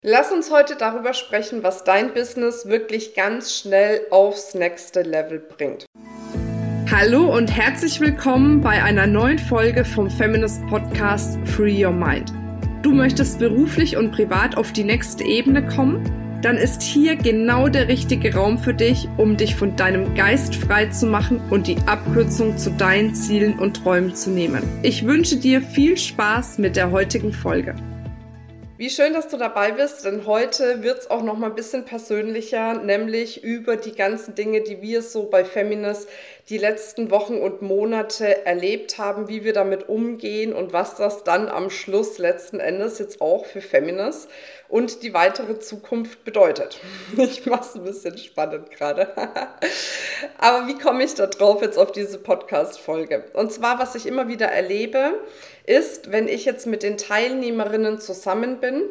Lass uns heute darüber sprechen, was dein Business wirklich ganz schnell aufs nächste Level bringt. Hallo und herzlich willkommen bei einer neuen Folge vom Feminist Podcast Free Your Mind. Du möchtest beruflich und privat auf die nächste Ebene kommen? Dann ist hier genau der richtige Raum für dich, um dich von deinem Geist frei zu machen und die Abkürzung zu deinen Zielen und Träumen zu nehmen. Ich wünsche dir viel Spaß mit der heutigen Folge. Wie schön, dass du dabei bist, denn heute wird es auch noch mal ein bisschen persönlicher, nämlich über die ganzen Dinge, die wir so bei Feminist die letzten Wochen und Monate erlebt haben, wie wir damit umgehen und was das dann am Schluss letzten Endes jetzt auch für Feminist und die weitere Zukunft bedeutet. Ich mache es ein bisschen spannend gerade. Aber wie komme ich da drauf jetzt auf diese Podcast-Folge? Und zwar, was ich immer wieder erlebe, ist, wenn ich jetzt mit den Teilnehmerinnen zusammen bin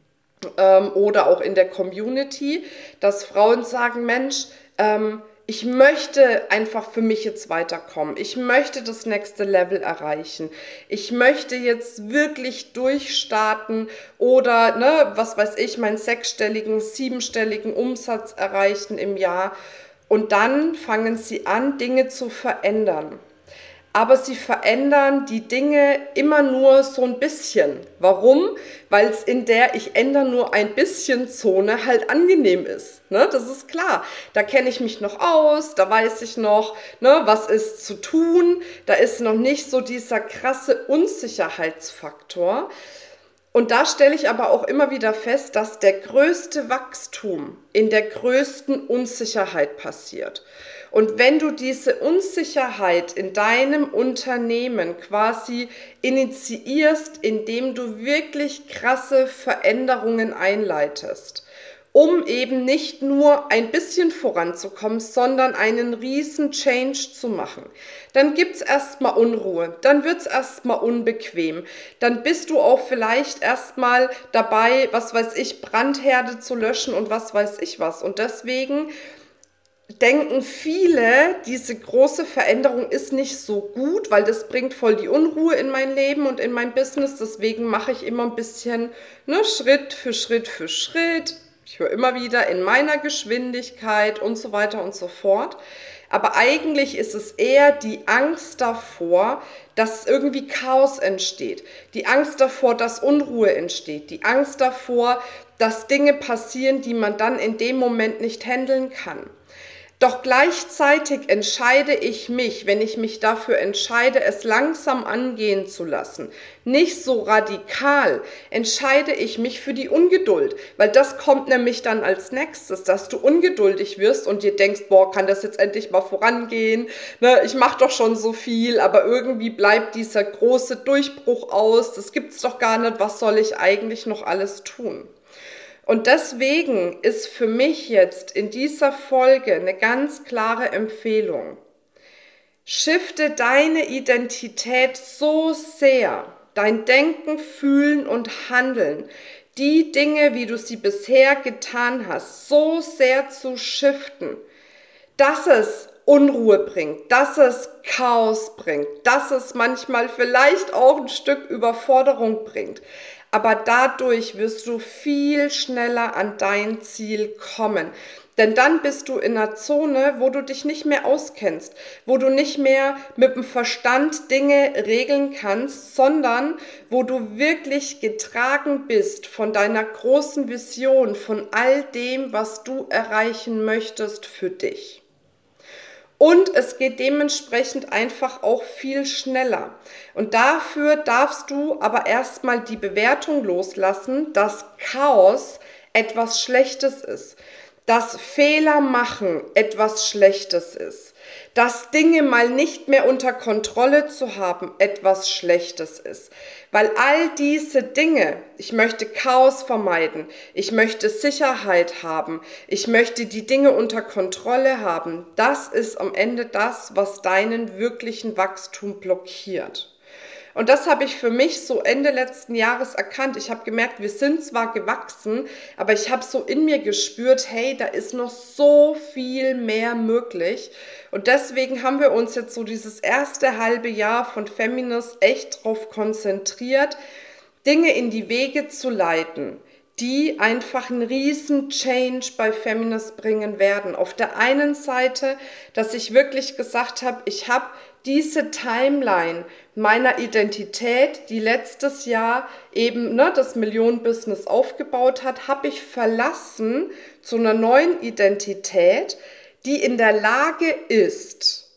oder auch in der Community, dass Frauen sagen, Mensch, ich möchte einfach für mich jetzt weiterkommen. Ich möchte das nächste Level erreichen. Ich möchte jetzt wirklich durchstarten oder, was weiß ich, meinen 6-stelligen, 7-stelligen Umsatz erreichen im Jahr. Und dann fangen sie an, Dinge zu verändern. Aber sie verändern die Dinge immer nur so ein bisschen. Warum? Weil es in der ich ändere nur ein bisschen Zone halt angenehm ist. Ne? Das ist klar. Da kenne ich mich noch aus, da weiß ich noch, was ist zu tun. Da ist noch nicht so dieser krasse Unsicherheitsfaktor. Und da stelle ich aber auch immer wieder fest, dass der größte Wachstum in der größten Unsicherheit passiert. Und wenn du diese Unsicherheit in deinem Unternehmen quasi initiierst, indem du wirklich krasse Veränderungen einleitest, um eben nicht nur ein bisschen voranzukommen, sondern einen riesen Change zu machen. Dann gibt's erstmal Unruhe, dann wird's erstmal unbequem, dann bist du auch vielleicht erstmal dabei, was weiß ich, Brandherde zu löschen und was weiß ich was. Und deswegen denken viele, diese große Veränderung ist nicht so gut, weil das bringt voll die Unruhe in mein Leben und in mein Business. Deswegen mache ich immer ein bisschen Schritt für Schritt für Schritt. Ich höre immer wieder in meiner Geschwindigkeit und so weiter und so fort. Aber eigentlich ist es eher die Angst davor, dass irgendwie Chaos entsteht. Die Angst davor, dass Unruhe entsteht. Die Angst davor, dass Dinge passieren, die man dann in dem Moment nicht handeln kann. Doch gleichzeitig entscheide ich mich, wenn ich mich dafür entscheide, es langsam angehen zu lassen, nicht so radikal, entscheide ich mich für die Ungeduld, weil das kommt nämlich dann als nächstes, dass du ungeduldig wirst und dir denkst, boah, kann das jetzt endlich mal vorangehen, ich mache doch schon so viel, aber irgendwie bleibt dieser große Durchbruch aus, das gibt's doch gar nicht, was soll ich eigentlich noch alles tun? Und deswegen ist für mich jetzt in dieser Folge eine ganz klare Empfehlung. Shifte deine Identität so sehr, dein Denken, Fühlen und Handeln, die Dinge, wie du sie bisher getan hast, so sehr zu shiften, dass es Unruhe bringt, dass es Chaos bringt, dass es manchmal vielleicht auch ein Stück Überforderung bringt. Aber dadurch wirst du viel schneller an dein Ziel kommen. Denn dann bist du in einer Zone, wo du dich nicht mehr auskennst, wo du nicht mehr mit dem Verstand Dinge regeln kannst, sondern wo du wirklich getragen bist von deiner großen Vision, von all dem, was du erreichen möchtest für dich. Und es geht dementsprechend einfach auch viel schneller. Und dafür darfst du aber erstmal die Bewertung loslassen, dass Chaos etwas Schlechtes ist, dass Fehler machen etwas Schlechtes ist, dass Dinge mal nicht mehr unter Kontrolle zu haben etwas Schlechtes ist. Weil all diese Dinge, ich möchte Chaos vermeiden, ich möchte Sicherheit haben, ich möchte die Dinge unter Kontrolle haben, das ist am Ende das, was deinen wirklichen Wachstum blockiert. Und das habe ich für mich so Ende letzten Jahres erkannt. Ich habe gemerkt, wir sind zwar gewachsen, aber ich habe so in mir gespürt, hey, da ist noch so viel mehr möglich. Und deswegen haben wir uns jetzt so dieses erste halbe Jahr von Feminist echt darauf konzentriert, Dinge in die Wege zu leiten, die einfach einen riesen Change bei Feminist bringen werden. Auf der einen Seite, dass ich wirklich gesagt habe, ich habe diese Timeline meiner Identität, die letztes Jahr eben das Millionen-Business aufgebaut hat, habe ich verlassen zu einer neuen Identität, die in der Lage ist,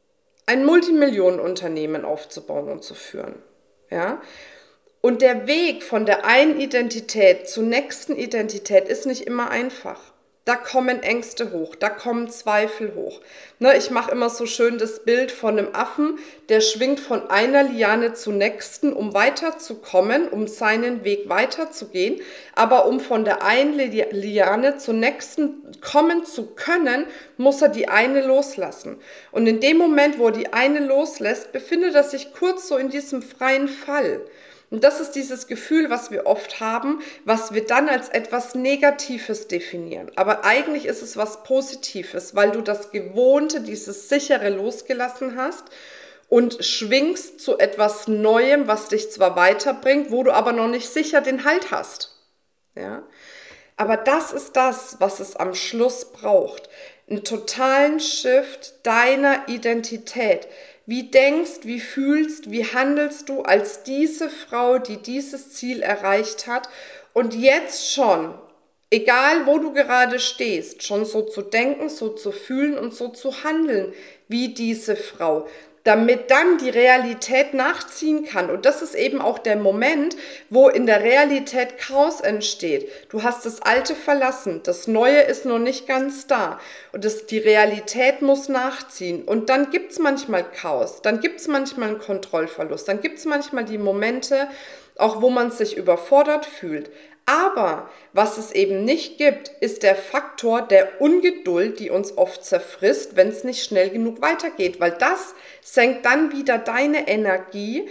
ein Multimillionenunternehmen aufzubauen und zu führen. Ja? Und der Weg von der einen Identität zur nächsten Identität ist nicht immer einfach. Da kommen Ängste hoch, da kommen Zweifel hoch. Ich mache immer so schön das Bild von einem Affen, der schwingt von einer Liane zur nächsten, um weiterzukommen, um seinen Weg weiterzugehen. Aber um von der einen Liane zur nächsten kommen zu können, muss er die eine loslassen. Und in dem Moment, wo er die eine loslässt, befindet er sich kurz so in diesem freien Fall. Und das ist dieses Gefühl, was wir oft haben, was wir dann als etwas Negatives definieren. Aber eigentlich ist es was Positives, weil du das Gewohnte, dieses Sichere losgelassen hast und schwingst zu etwas Neuem, was dich zwar weiterbringt, wo du aber noch nicht sicher den Halt hast. Ja? Aber das ist das, was es am Schluss braucht. Einen totalen Shift deiner Identität. Wie denkst, wie fühlst, wie handelst du als diese Frau, die dieses Ziel erreicht hat und jetzt schon, egal wo du gerade stehst, schon so zu denken, so zu fühlen und so zu handeln wie diese Frau, damit dann die Realität nachziehen kann. Und das ist eben auch der Moment, wo in der Realität Chaos entsteht. Du hast das Alte verlassen, das Neue ist noch nicht ganz da. Und die Realität muss nachziehen. Und dann gibt es manchmal Chaos, dann gibt es manchmal einen Kontrollverlust, dann gibt es manchmal die Momente, auch wo man sich überfordert fühlt. Aber was es eben nicht gibt, ist der Faktor der Ungeduld, die uns oft zerfrisst, wenn es nicht schnell genug weitergeht, weil das senkt dann wieder deine Energie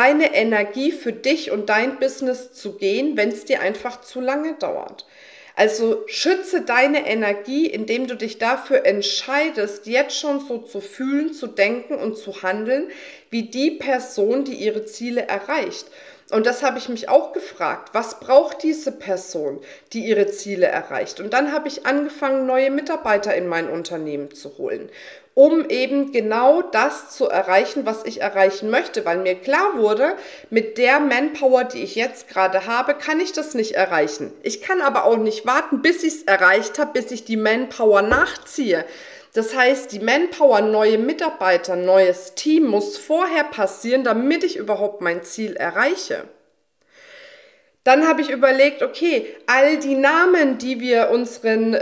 für dich und dein Business zu gehen, wenn es dir einfach zu lange dauert. Also schütze deine Energie, indem du dich dafür entscheidest, jetzt schon so zu fühlen, zu denken und zu handeln, wie die Person, die ihre Ziele erreicht. Und das habe ich mich auch gefragt, was braucht diese Person, die ihre Ziele erreicht? Und dann habe ich angefangen, neue Mitarbeiter in mein Unternehmen zu holen, um eben genau das zu erreichen, was ich erreichen möchte, weil mir klar wurde, mit der Manpower, die ich jetzt gerade habe, kann ich das nicht erreichen. Ich kann aber auch nicht warten, bis ich es erreicht habe, bis ich die Manpower nachziehe. Das heißt, die Manpower, neue Mitarbeiter, neues Team muss vorher passieren, damit ich überhaupt mein Ziel erreiche. Dann habe ich überlegt, okay, all die Namen, die wir unseren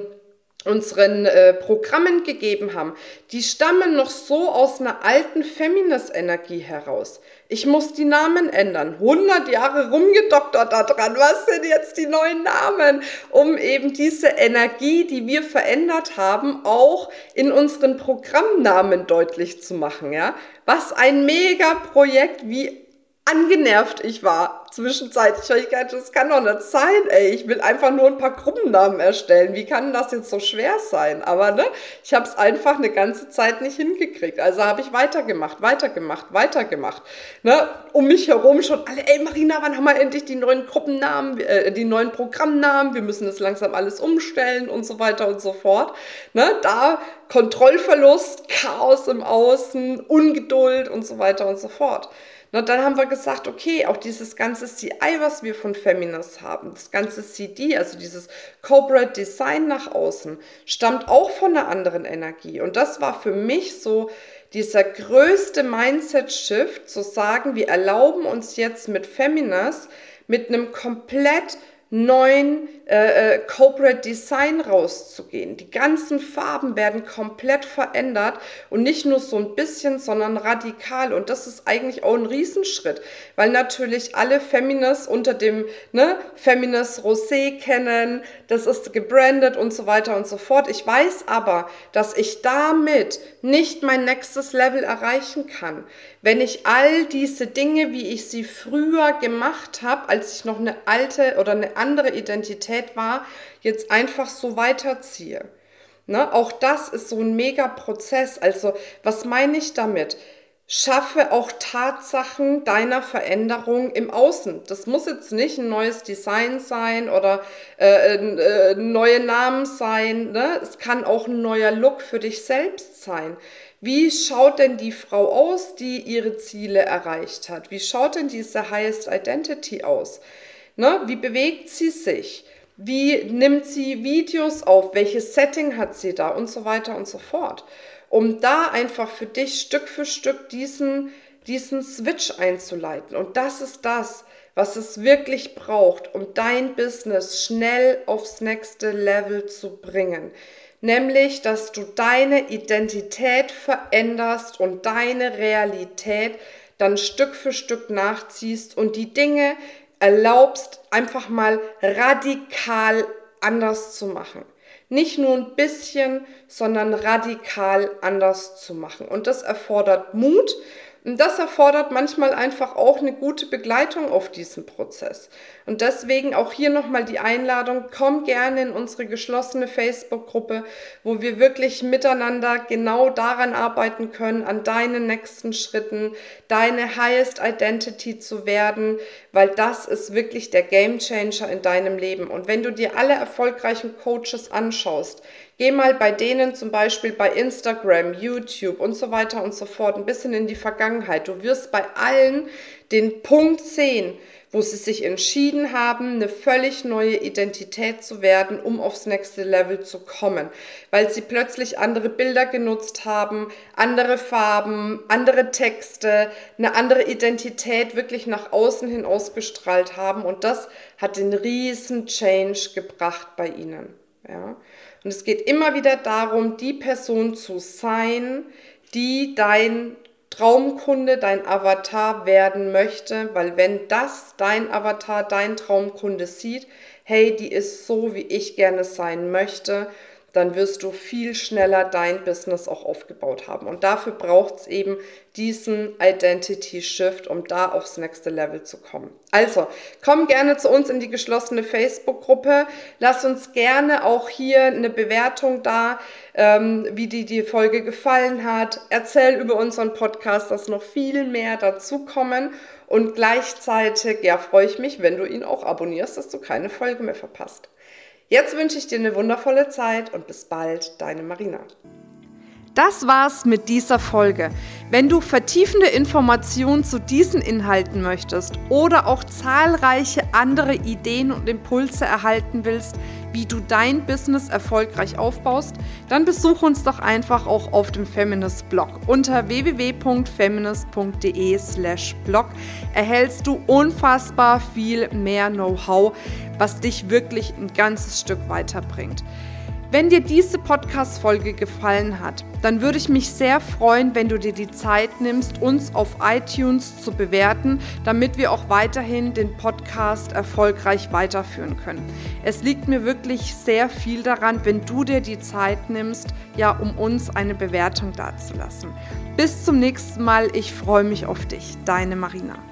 Programmen gegeben haben, die stammen noch so aus einer alten Feminist-Energie heraus. Ich muss die Namen ändern. 100 Jahre rumgedoktert daran. Was sind jetzt die neuen Namen? Um eben diese Energie, die wir verändert haben, auch in unseren Programmnamen deutlich zu machen. Ja? Was ein Mega-Projekt, wie angenervt ich war zwischenzeitlich, weil ich dachte, das kann doch nicht sein, ey, ich will einfach nur ein paar Gruppennamen erstellen, wie kann das jetzt so schwer sein? Aber ich habe es einfach eine ganze Zeit nicht hingekriegt, also habe ich weitergemacht, um mich herum schon alle, ey Marina, wann haben wir endlich die neuen Gruppennamen, die neuen Programmnamen, wir müssen das langsam alles umstellen und so weiter und so fort, da Kontrollverlust, Chaos im Außen, Ungeduld und so weiter und so fort. Und dann haben wir gesagt, okay, auch dieses ganze CI, was wir von Feminist haben, das ganze CD, also dieses Corporate Design nach außen, stammt auch von einer anderen Energie. Und das war für mich so dieser größte Mindset-Shift, zu sagen, wir erlauben uns jetzt mit Feminist, mit einem komplett neuen Corporate Design rauszugehen. Die ganzen Farben werden komplett verändert und nicht nur so ein bisschen, sondern radikal. Und das ist eigentlich auch ein Riesenschritt, weil natürlich alle Feminist unter dem Feminist Rosé kennen, das ist gebrandet und so weiter und so fort. Ich weiß aber, dass ich damit nicht mein nächstes Level erreichen kann, wenn ich all diese Dinge, wie ich sie früher gemacht habe, als ich noch eine alte oder eine andere Identität war, jetzt einfach so weiterziehe. Auch das ist so ein Mega-Prozess. Also was meine ich damit? Schaffe auch Tatsachen deiner Veränderung im Außen. Das muss jetzt nicht ein neues Design sein oder neue Namen sein. Ne? Es kann auch ein neuer Look für dich selbst sein. Wie schaut denn die Frau aus, die ihre Ziele erreicht hat? Wie schaut denn diese Highest Identity aus? Ne? Wie bewegt sie sich? Wie nimmt sie Videos auf? Welches Setting hat sie da? Und so weiter und so fort. Um da einfach für dich Stück für Stück diesen Switch einzuleiten. Und das ist das, was es wirklich braucht, um dein Business schnell aufs nächste Level zu bringen. Nämlich, dass du deine Identität veränderst und deine Realität dann Stück für Stück nachziehst und die Dinge erlaubst, einfach mal radikal anders zu machen. Nicht nur ein bisschen, sondern radikal anders zu machen. Und das erfordert Mut und das erfordert manchmal einfach auch eine gute Begleitung auf diesen Prozess. Und deswegen auch hier nochmal die Einladung, komm gerne in unsere geschlossene Facebook-Gruppe, wo wir wirklich miteinander genau daran arbeiten können, an deinen nächsten Schritten, deine Highest Identity zu werden, weil das ist wirklich der Gamechanger in deinem Leben. Und wenn du dir alle erfolgreichen Coaches anschaust, geh mal bei denen zum Beispiel bei Instagram, YouTube und so weiter und so fort ein bisschen in die Vergangenheit. Du wirst bei allen den Punkt sehen, wo sie sich entschieden haben, eine völlig neue Identität zu werden, um aufs nächste Level zu kommen, weil sie plötzlich andere Bilder genutzt haben, andere Farben, andere Texte, eine andere Identität wirklich nach außen hin ausgestrahlt haben und das hat den riesen Change gebracht bei ihnen. Ja? Und es geht immer wieder darum, die Person zu sein, die dein Traumkunde, dein Avatar werden möchte, weil wenn das dein Avatar, dein Traumkunde sieht, hey, die ist so, wie ich gerne sein möchte, dann wirst du viel schneller dein Business auch aufgebaut haben. Und dafür braucht es eben diesen Identity Shift, um da aufs nächste Level zu kommen. Also, komm gerne zu uns in die geschlossene Facebook-Gruppe. Lass uns gerne auch hier eine Bewertung da, wie dir die Folge gefallen hat. Erzähl über unseren Podcast, dass noch viel mehr dazukommen. Und gleichzeitig, ja, freue ich mich, wenn du ihn auch abonnierst, dass du keine Folge mehr verpasst. Jetzt wünsche ich dir eine wundervolle Zeit und bis bald, deine Marina. Das war's mit dieser Folge. Wenn du vertiefende Informationen zu diesen Inhalten möchtest oder auch zahlreiche andere Ideen und Impulse erhalten willst, wie du dein Business erfolgreich aufbaust, dann besuch uns doch einfach auch auf dem Feminist-Blog. Unter www.feminist.de/blog erhältst du unfassbar viel mehr Know-how, was dich wirklich ein ganzes Stück weiterbringt. Wenn dir diese Podcast-Folge gefallen hat, dann würde ich mich sehr freuen, wenn du dir die Zeit nimmst, uns auf iTunes zu bewerten, damit wir auch weiterhin den Podcast erfolgreich weiterführen können. Es liegt mir wirklich sehr viel daran, wenn du dir die Zeit nimmst, ja, um uns eine Bewertung dazulassen. Bis zum nächsten Mal, ich freue mich auf dich, deine Marina.